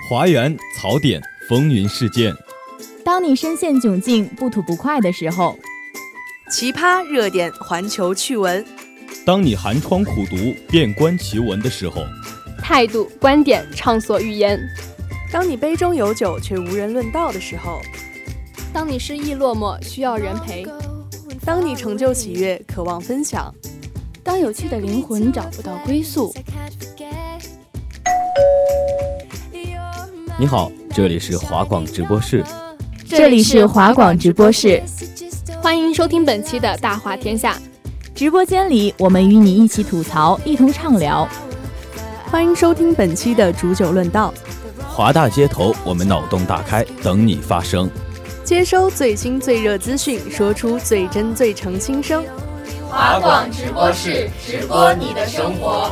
华园槽点风云事件。 当你深陷窘境不吐不快的时候， 奇葩热点环球趣闻。 当你寒窗苦读遍观奇闻的时候， 态度观点畅所欲言。 当你杯中有酒却无人论道的时候， 当你失意落寞需要人陪， 当你成就喜悦渴望分享， 当有趣的灵魂找不到归宿。 你好，这里是华广直播室。 这里是华广直播室， 欢迎收听本期的大话天下。 直播间里我们与你一起吐槽，一同畅聊。 欢迎收听本期的煮酒论道。 华大街头，我们脑洞大开，等你发声。 接收最新最热资讯，说出最真最诚心声。 华广直播室，直播你的生活。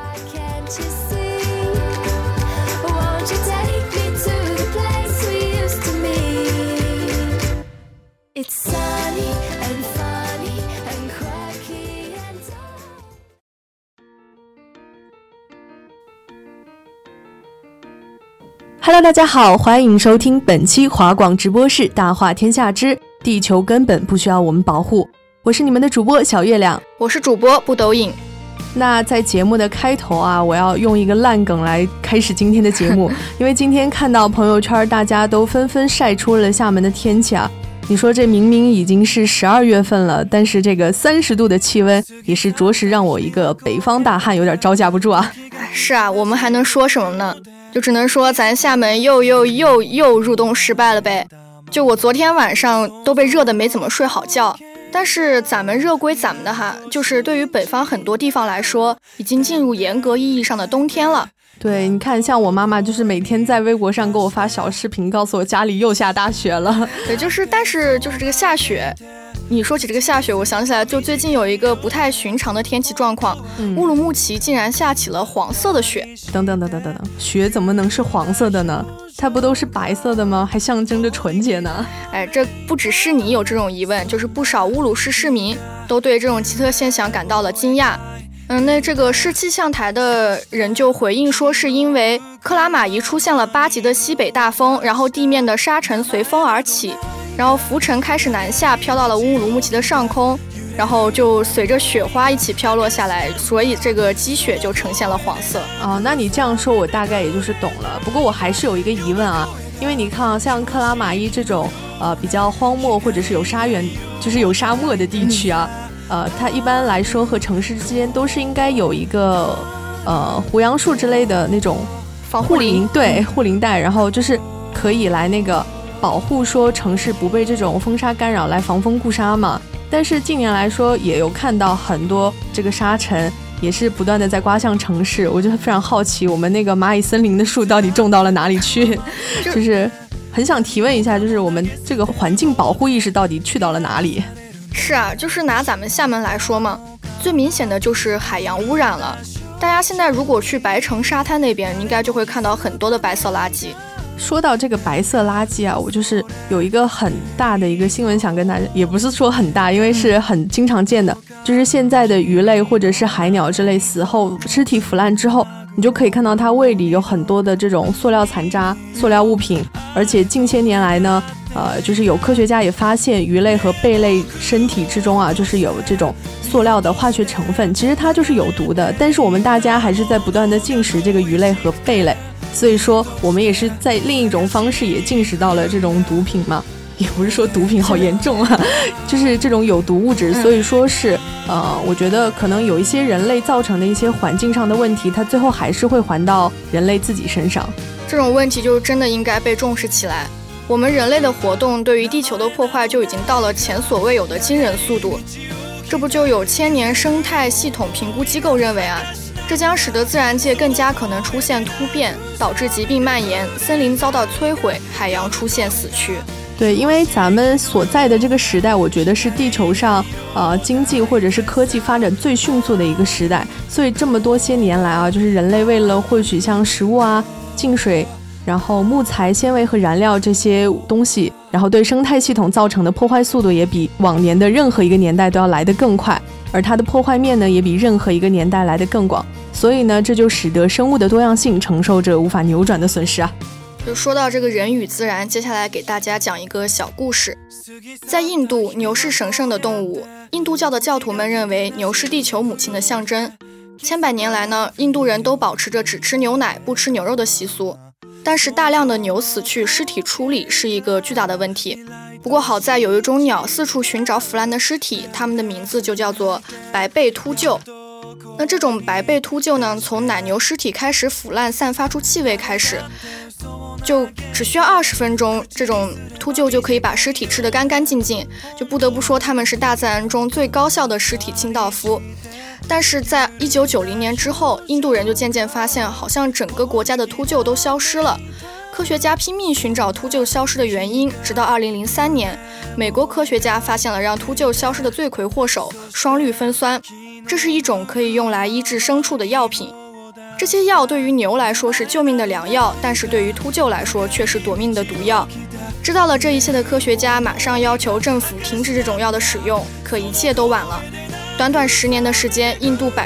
Hello， 大家好，欢迎收听本期华广直播室大话天下之地球根本不需要我们保护。我是你们的主播小月亮， 我是主播不抖影。 那在节目的开头啊，我要用一个烂梗来开始今天的节目，因为今天看到朋友圈大家都纷纷晒出了厦门的天气啊。你说这明明已经是12月份了，但是这个30度的气温也是着实让我一个北方大汉有点招架不住啊。 是啊，我们还能说什么呢？就只能说咱厦门又入冬失败了呗。就我昨天晚上都被热得没怎么睡好觉。但是咱们热归咱们的哈，就是对于北方很多地方来说，已经进入严格意义上的冬天了。 对，你看像我妈妈就是每天在微博上给我发小视频，告诉我家里又下大雪了。 对，但是这个下雪，你说起这个下雪，我想起来就最近有一个不太寻常的天气状况，乌鲁木齐竟然下起了黄色的雪。 等，雪怎么能是黄色的呢？它不都是白色的吗？还象征着纯洁呢。 哎，这不只是你有这种疑问，就是不少乌鲁市市民都对这种奇特现象感到了惊讶。那这个市气象台的人就回应说，是因为克拉玛依出现了8级的西北大风，然后地面的沙尘随风而起，然后浮尘开始南下，飘到了乌鲁木齐的上空，然后就随着雪花一起飘落下来，所以这个积雪就呈现了黄色。 哦，那你这样说我大概也就是懂了。不过我还是有一个疑问啊，因为你看啊，像克拉玛依这种比较荒漠或者是有沙原，就是有沙漠的地区啊，它一般来说和城市之间都是应该有一个胡杨树之类的那种防护林， 对，护林带，然后就是可以来那个保护说城市不被这种风沙干扰，来防风固沙嘛。但是近年来说也有看到很多这个沙尘也是不断的在刮向城市，我就非常好奇我们那个蚂蚁森林的树到底种到了哪里去就是很想提问一下，就是我们这个环境保护意识到底去到了哪里。 是啊，就是拿咱们厦门来说嘛，最明显的就是海洋污染了。大家现在如果去白城沙滩那边，应该就会看到很多的白色垃圾。 说到这个白色垃圾啊，我就是有一个很大的一个新闻想跟大家，也不是说很大，因为是很经常见的，就是现在的鱼类或者是海鸟之类死后尸体腐烂之后，你就可以看到它胃里有很多的这种塑料残渣、塑料物品，而且近些年来呢，就是有科学家也发现鱼类和贝类身体之中啊，就是有这种塑料的化学成分，其实它就是有毒的，但是我们大家还是在不断的进食这个鱼类和贝类，所以说我们也是在另一种方式也进食到了这种毒品嘛，也不是说毒品好严重啊，就是这种有毒物质，所以说是我觉得可能有一些人类造成的一些环境上的问题，它最后还是会还到人类自己身上。 这种问题就真的应该被重视起来。我们人类的活动对于地球的破坏就已经到了前所未有的惊人速度。这不就有千年生态系统评估机构认为啊，这将使得自然界更加可能出现突变，导致疾病蔓延，森林遭到摧毁，海洋出现死区。 对，因为咱们所在的这个时代，我觉得是地球上经济或者是科技发展最迅速的一个时代，所以这么多些年来啊，就是人类为了获取像食物啊、净水，然后木材、纤维和燃料这些东西，然后对生态系统造成的破坏速度也比往年的任何一个年代都要来得更快，而它的破坏面呢也比任何一个年代来得更广，所以呢这就使得生物的多样性承受着无法扭转的损失啊。 就说到这个人与自然，接下来给大家讲一个小故事。在印度，牛是神圣的动物，印度教的教徒们认为牛是地球母亲的象征。千百年来呢，印度人都保持着只吃牛奶不吃牛肉的习俗，但是大量的牛死去，尸体处理是一个巨大的问题。不过好在有一种鸟四处寻找腐烂的尸体，它们的名字就叫做白背秃鹫。那这种白背秃鹫呢，从奶牛尸体开始腐烂散发出气味开始，就只需要20分钟，这种秃鹫就可以把尸体吃得干干净净，就不得不说它们是大自然中最高效的尸体清道夫。但是在1990年之后，印度人就渐渐发现，好像整个国家的秃鹫都消失了。科学家拼命寻找秃鹫消失的原因，直到2003年，美国科学家发现了让秃鹫消失的罪魁祸首——双氯芬酸。这是一种可以用来医治牲畜的药品。这些药对于牛来说是救命的良药，但是对于秃鹫来说却是夺命的毒药。知道了这一切的科学家马上要求政府停止这种药的使用，可一切都晚了。短短10年的时间，印度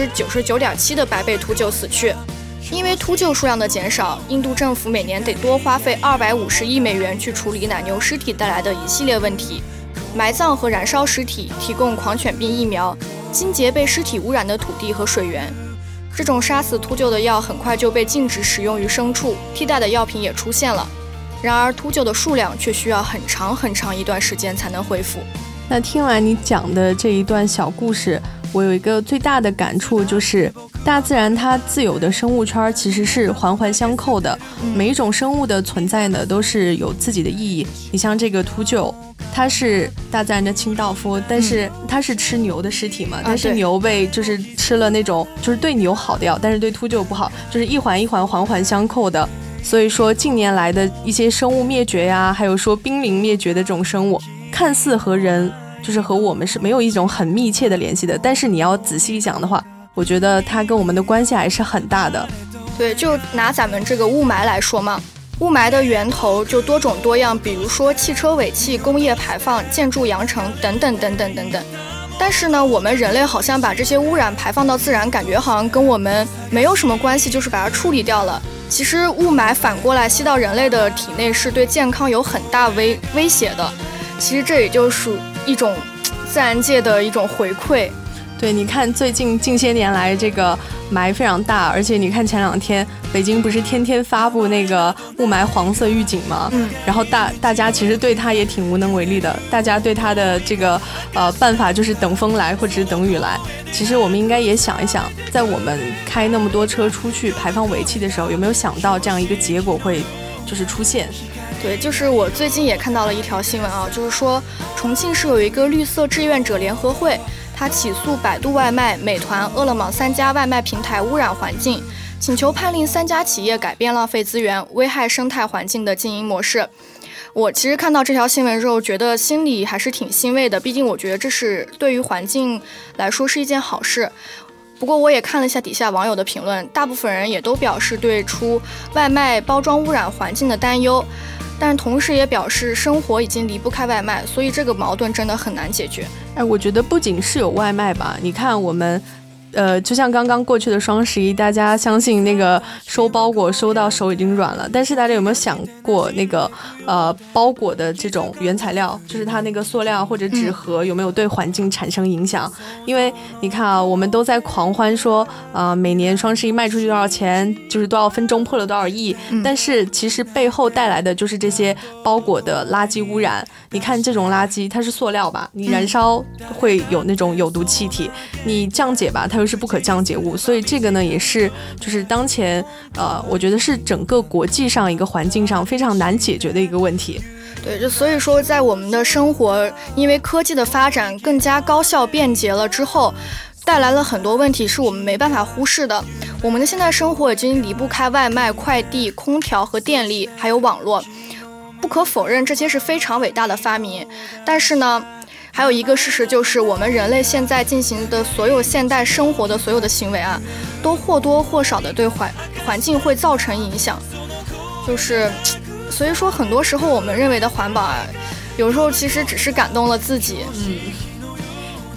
99.7%的白背秃鹫死去。因为秃鹫数量的减少，印度政府每年得多花费250亿美元去处理奶牛尸体带来的一系列问题，埋葬和燃烧尸体，提供狂犬病疫苗，清洁被尸体污染的土地和水源。这种杀死秃鹫的药很快就被禁止使用于牲畜，替代的药品也出现了。然而秃鹫的数量却需要很长很长一段时间才能恢复。 那听完你讲的这一段小故事，我有一个最大的感触，就是大自然它自有的生物圈其实是环环相扣的，每一种生物的存在呢都是有自己的意义。你像这个秃鹫，它是大自然的清道夫，但是它是吃牛的尸体嘛，但是牛被就是吃了那种就是对牛好的药，但是对秃鹫不好，就是一环一环环环相扣的。所以说近年来的一些生物灭绝呀，还有说濒临灭绝的这种生物，看似和人就是和我们是没有一种很密切的联系的，但是你要仔细想的话，我觉得它跟我们的关系还是很大的。 对，就拿咱们这个雾霾来说嘛，雾霾的源头就多种多样，比如说汽车尾气、工业排放、建筑扬尘等等等等等等。但是呢，我们人类好像把这些污染排放到自然，感觉好像跟我们没有什么关系，就是把它处理掉了。其实雾霾反过来吸到人类的体内，是对健康有很大威胁的。其实这也就属一种自然界的一种回馈。 对，你看最近近些年来这个霾非常大，而且你看前2天北京不是天天发布那个雾霾黄色预警吗？然后大家其实对它也挺无能为力的，大家对它的这个办法就是等风来或者是等雨来。其实我们应该也想一想，在我们开那么多车出去排放尾气的时候，有没有想到这样一个结果会就是出现？ 对，就是我最近也看到了一条新闻啊，就是说重庆市有一个绿色志愿者联合会，他起诉百度外卖、美团、饿了么3家外卖平台污染环境，请求判令3家企业改变浪费资源、危害生态环境的经营模式。我其实看到这条新闻之后，觉得心里还是挺欣慰的，毕竟我觉得这是对于环境来说是一件好事。不过我也看了一下底下网友的评论，大部分人也都表示对出外卖包装污染环境的担忧，但同时也表示生活已经离不开外卖，所以这个矛盾真的很难解决。 我觉得不仅是有外卖吧，你看我们就像刚刚过去的双11，大家相信那个收包裹收到手已经软了，但是大家有没有想过那个包裹的这种原材料，就是它那个塑料或者纸盒有没有对环境产生影响？因为你看啊，我们都在狂欢说每年双11卖出去多少钱，就是多少分钟破了多少亿，但是其实背后带来的就是这些包裹的垃圾污染。你看这种垃圾它是塑料吧，你燃烧会有那种有毒气体，你降解吧它又是不可降解物，所以这个呢也是就是当前我觉得是整个国际上一个环境上非常难解决的一个问题。 对，就所以说在我们的生活因为科技的发展更加高效便捷了之后，带来了很多问题是我们没办法忽视的。我们的现在生活已经离不开外卖、快递、空调和电力还有网络，不可否认这些是非常伟大的发明，但是呢还有一个事实，就是我们人类现在进行的所有现代生活的所有的行为啊，都或多或少的对环境会造成影响。就是所以说很多时候我们认为的环保啊，有时候其实只是感动了自己。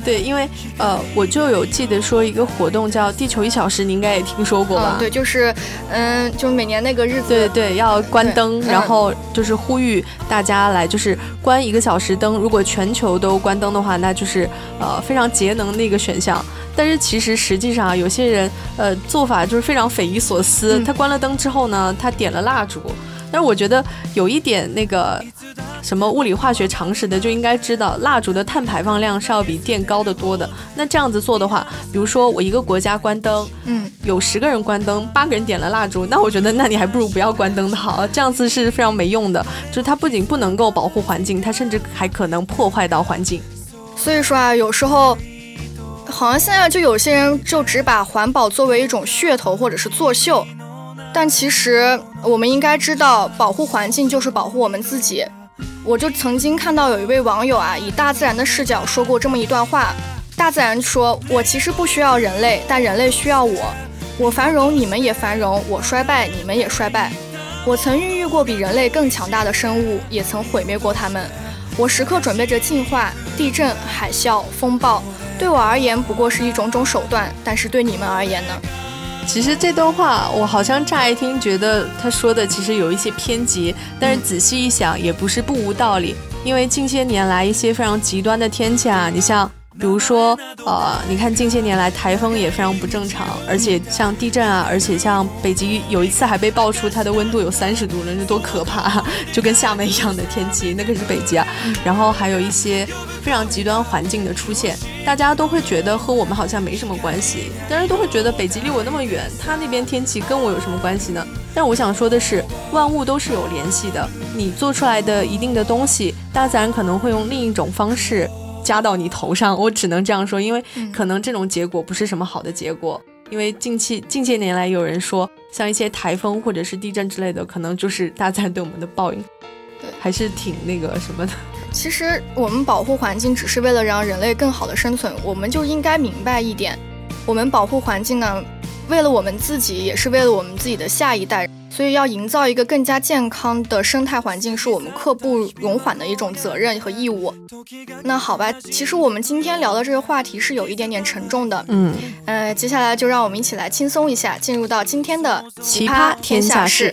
对，因为我就有记得说一个活动叫地球1小时，你应该也听说过吧？ 对，就是就每年那个日子， 对，要关灯，然后就是呼吁大家来就是关1个小时灯，如果全球都关灯的话，那就是非常节能的一个选项。但是其实实际上有些人做法就是非常匪夷所思，他关了灯之后呢，他点了蜡烛，但是我觉得有一点那个什么物理化学常识的就应该知道，蜡烛的碳排放量是要比电高得多的。那这样子做的话，比如说我一个国家关灯，有10个人关灯，8个人点了蜡烛，那我觉得那你还不如不要关灯的好，这样子是非常没用的。就是它不仅不能够保护环境，它甚至还可能破坏到环境。 所以说啊，有时候好像现在就有些人就只把环保作为一种噱头或者是作秀，但其实我们应该知道，保护环境就是保护我们自己。我就曾经看到有一位网友啊，以大自然的视角说过这么一段话。大自然说，我其实不需要人类，但人类需要我。我繁荣，你们也繁荣；我衰败，你们也衰败。我曾孕育过比人类更强大的生物，也曾毁灭过它们。我时刻准备着进化，地震、海啸、风暴，对我而言不过是一种种手段，但是对你们而言呢？ 其实这段话我好像乍一听觉得他说的其实有一些偏激，但是仔细一想也不是不无道理。因为近些年来一些非常极端的天气啊，你像比如说你看近些年来台风也非常不正常，而且像地震啊，而且像北极有一次还被爆出它的温度有30度了，这多可怕，就跟厦门一样的天气，那个是北极啊。然后还有一些非常极端环境的出现，大家都会觉得和我们好像没什么关系，大家都会觉得北极离我那么远，它那边天气跟我有什么关系呢？但我想说的是，万物都是有联系的，你做出来的一定的东西，大自然可能会用另一种方式加到你头上，我只能这样说，因为可能这种结果不是什么好的结果。因为近些年来有人说，像一些台风或者是地震之类的，可能就是大自然对我们的报应， 对， 还是挺那个什么的。 其实我们保护环境只是为了让人类更好的生存，我们就应该明白一点，我们保护环境呢，为了我们自己，也是为了我们自己的下一代，所以要营造一个更加健康的生态环境，是我们刻不容缓的一种责任和义务。那好吧，其实我们今天聊的这个话题是有一点点沉重的，接下来就让我们一起来轻松一下，进入到今天的奇葩天下事。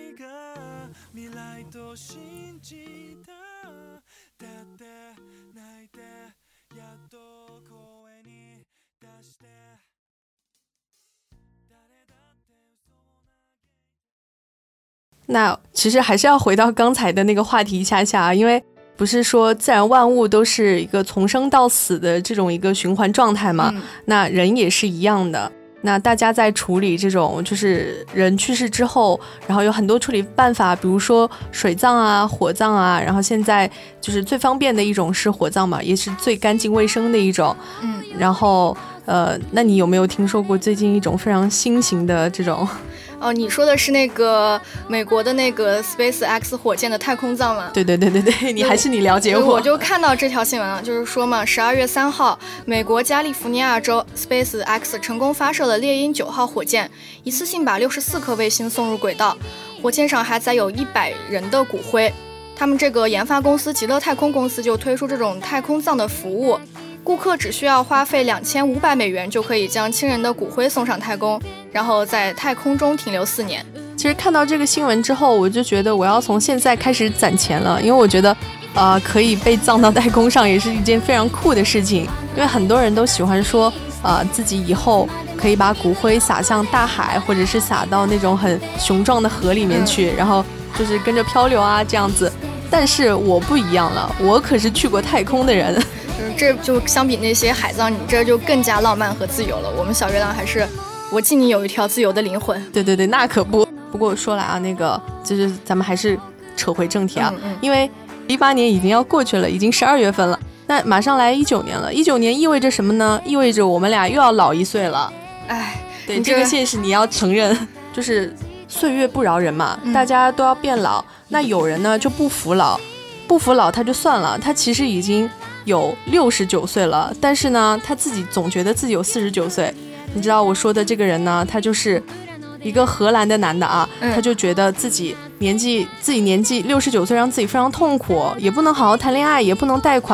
那其实还是要回到刚才的那个话题一下下，因为不是说自然万物都是一个从生到死的这种一个循环状态嘛，那人也是一样的。那大家在处理这种就是人去世之后，然后有很多处理办法，比如说水葬啊、火葬啊，然后现在就是最方便的一种是火葬嘛，也是最干净卫生的一种。然后那你有没有听说过最近一种非常新型的这种？ 哦，你说的是那个美国的那个 SpaceX 火箭的太空葬吗？ 对，你了解我。 我就看到这条新闻了，就是说嘛，12月3号，美国加利福尼亚州 SpaceX 成功发射了猎鹰9号火箭，一次性把64颗卫星送入轨道，火箭上还载有100人的骨灰。他们这个研发公司极乐太空公司就推出这种太空葬的服务，顾客只需要花费2500美元就可以将亲人的骨灰送上太空，然后在太空中停留4年。 其实看到这个新闻之后，我就觉得我要从现在开始攒钱了，因为我觉得可以被葬到太空上也是一件非常酷的事情。因为很多人都喜欢说自己以后可以把骨灰撒向大海，或者是撒到那种很雄壮的河里面去，然后就是跟着漂流啊这样子。但是我不一样了，我可是去过太空的人。 这就相比那些海葬，你这就更加浪漫和自由了。我们小月亮还是我敬你有一条自由的灵魂。 对，那可不。不过说来啊，那个就是咱们还是扯回正题啊，因为18年已经要过去了，已经12月份了，那马上来19年了。19年意味着什么呢？意味着我们俩又要老1岁了。对，这个现实你要承认，就是岁月不饶人嘛，大家都要变老。那有人呢就不服老，他就算了，他其实已经有69岁了，但是呢他自己总觉得自己有49岁。你知道我说的这个人呢，他就是一个荷兰的男的啊，他就觉得自己年纪69岁让自己非常痛苦，也不能好好谈恋爱，也不能贷款，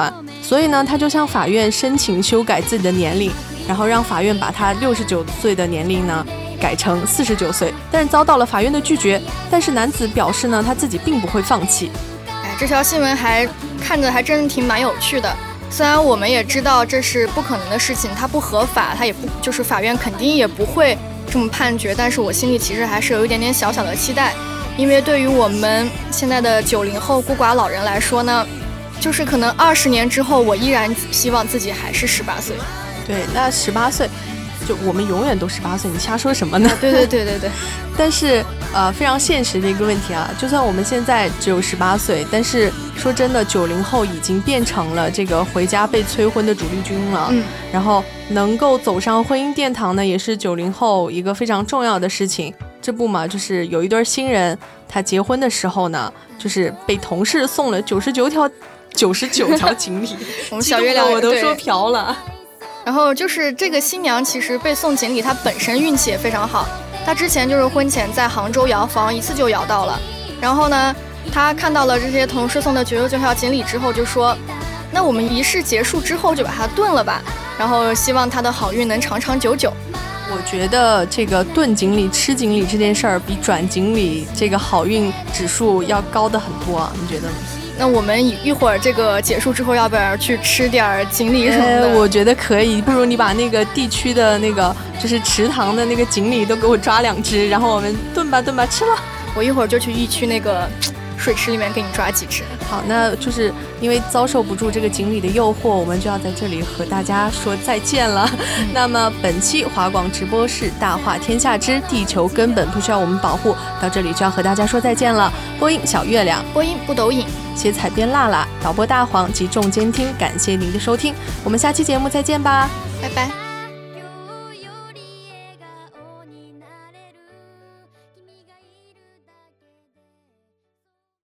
所以呢，他就向法院申请修改自己的年龄，然后让法院把他69岁的年龄呢改成49岁，但是遭到了法院的拒绝。但是男子表示呢，他自己并不会放弃。 这条新闻看着还真挺蛮有趣的。虽然我们也知道这是不可能的事情，它不合法，它也不就是法院肯定也不会这么判决，但是我心里其实还是有一点点小小的期待，因为对于我们现在的90后孤寡老人来说呢，就是可能20年之后，我依然希望自己还是18岁。 对，那18岁，就我们永远都18岁，你瞎说什么呢？ 对。 但是非常现实的一个问题啊，就算我们现在只有18岁，但是说真的，90后已经变成了这个回家被催婚的主力军了。然后能够走上婚姻殿堂呢，也是90后一个非常重要的事情。这不嘛，就是有一对新人，他结婚的时候呢，就是被同事送了99条锦鲤。 我们小月亮我都说瓢了。 然后就是这个新娘其实被送锦鲤，她本身运气也非常好。她之前就是婚前在杭州摇房，一次就摇到了。然后呢，她看到了这些同事送的99条锦鲤之后，就说：“那我们仪式结束之后就把它炖了吧。”然后希望她的好运能长长久久。 我觉得这个炖锦鲤、吃锦鲤这件事儿，比转锦鲤这个好运指数要高的很多啊，你觉得呢？ 那我们一会儿这个结束之后，要不要去吃点锦鲤什么的？ 我觉得可以，不如你把那个地区的那个就是池塘的那个锦鲤都给我抓2只，然后我们炖吧吃了。 我一会儿就去疫区那个水池里面给你抓几只。 好，那就是因为遭受不住这个锦鲤的诱惑，我们就要在这里和大家说再见了。那么本期华广直播室大话天下之地球根本不需要我们保护，到这里就要和大家说再见了。播音小月亮， 播音不抖影， 写采编辣辣，导播大黄及众监听，感谢您的收听，我们下期节目再见吧， 拜拜。